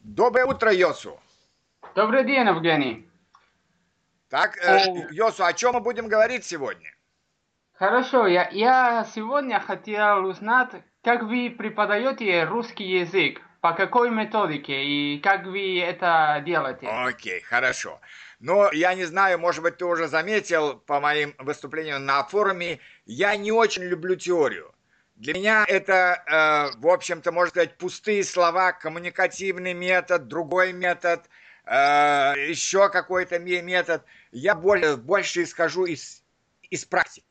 Доброе утро, Йосу. Добрый день, Евгений. Так, Э, Йосу, о чем мы будем говорить сегодня? Хорошо, я сегодня хотел узнать, как вы преподаете русский язык, по какой методике и как вы это делаете. Окей, хорошо. Но я не знаю, может быть, ты уже заметил по моим выступлениям на форуме, я не очень люблю теорию. Для меня это, в общем-то, можно сказать, пустые слова, коммуникативный метод, другой метод, еще какой-то метод. Я больше исхожу из практики.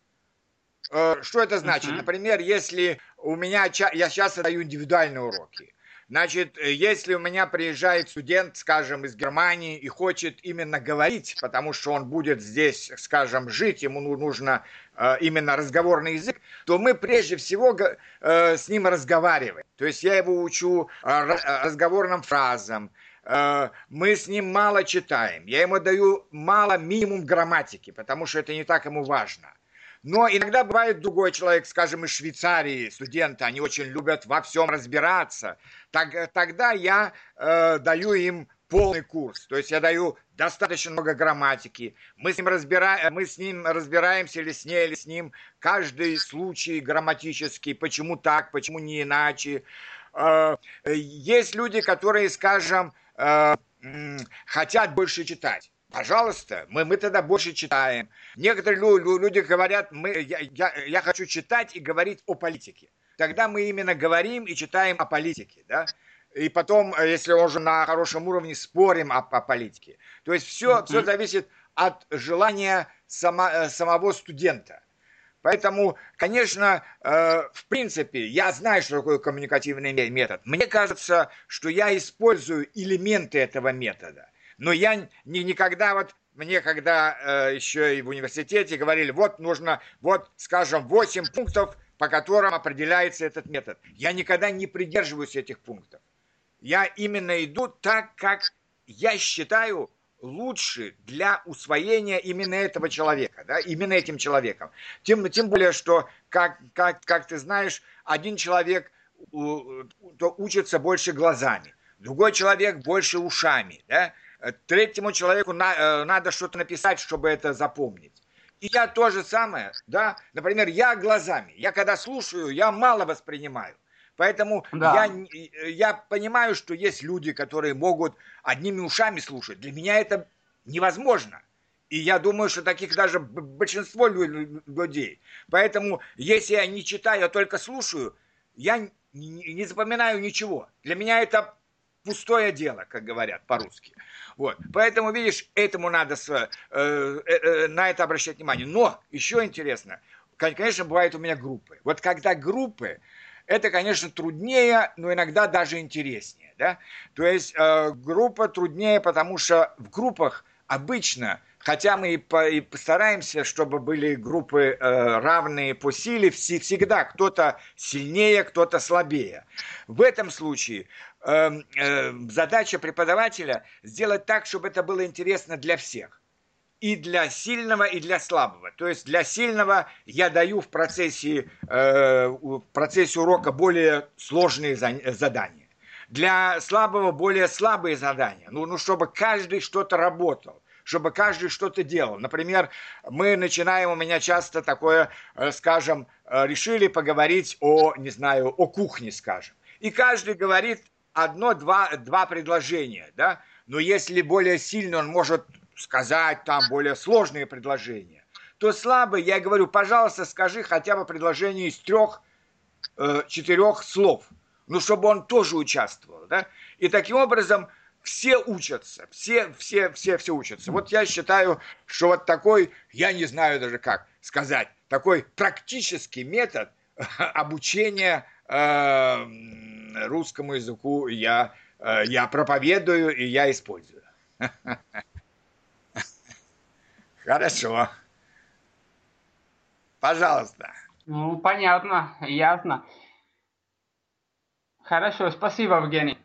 Что это значит? Мгм. Например, если у меня, я часто даю индивидуальные уроки. Значит, если у меня приезжает студент, скажем, из Германии и хочет именно говорить, потому что он будет здесь, скажем, жить, ему нужно именно разговорный язык, то мы прежде всего с ним разговариваем. То есть я его учу разговорным фразам, мы с ним мало читаем, я ему даю мало минимум грамматики, потому что это не так ему важно. Но иногда бывает другой человек, скажем, из Швейцарии, студенты, они очень любят во всем разбираться. Тогда я даю им полный курс. То есть я даю достаточно много грамматики. Мы с ним разбираемся или с ним каждый случай грамматический, почему так, почему не иначе. Есть люди, которые, скажем, хотят больше читать. Пожалуйста, мы тогда больше читаем. Некоторые люди говорят, я хочу читать и говорить о политике. Тогда мы именно говорим и читаем о политике, да? И потом, если уже на хорошем уровне, спорим о политике. То есть все Мгм. зависит от желания самого студента. Поэтому, конечно, в принципе, я знаю, что такое коммуникативный метод. Мне кажется, что я использую элементы этого метода. Но я никогда вот мне когда еще и в университете говорили, вот нужно, вот, скажем, 8 пунктов, по которым определяется этот метод. Я никогда не придерживаюсь этих пунктов. Я именно иду так, как я считаю лучше для усвоения именно этого человека, да, именно этим человеком. Тем более, что, как ты знаешь, один человек учится больше глазами, другой человек больше ушами, да, третьему человеку надо что-то написать, чтобы это запомнить. И я то же самое, да, например, я глазами, я когда слушаю, я мало воспринимаю. Поэтому Да. я понимаю, что есть люди, которые могут одними ушами слушать. Для меня это невозможно. И я думаю, что таких даже большинство людей. Поэтому, если я не читаю, а только слушаю, я не запоминаю ничего. Для меня это пустое дело, как говорят по-русски. Вот. Поэтому, видишь, этому надо на это обращать внимание. Но еще интересно, конечно, бывают у меня группы. Вот когда группы, это, конечно, труднее, но иногда даже интереснее. Да? То есть группа труднее, потому что в группах обычно, хотя мы и постараемся, чтобы были группы равные по силе, всегда кто-то сильнее, кто-то слабее. В этом случае задача преподавателя сделать так, чтобы это было интересно для всех. И для сильного, и для слабого. То есть для сильного я даю в процессе урока более сложные задания. Для слабого более слабые задания. Ну, чтобы каждый что-то работал, чтобы каждый что-то делал. Например, мы начинаем, у меня часто такое, скажем, решили поговорить не знаю, о кухне, скажем. И каждый говорит два предложения, да? Но если более сильный, он может сказать там более сложные предложения, то слабый, я говорю, пожалуйста, скажи хотя бы предложение из четырех слов, ну, чтобы он тоже участвовал, да? И таким образом все учатся, все учатся. Вот я считаю, что вот такой, я не знаю даже как сказать, такой практический метод обучения русскому языку я проповедую и я использую. Хорошо, пожалуйста. Ну, понятно, ясно. Хорошо, спасибо, Евгений.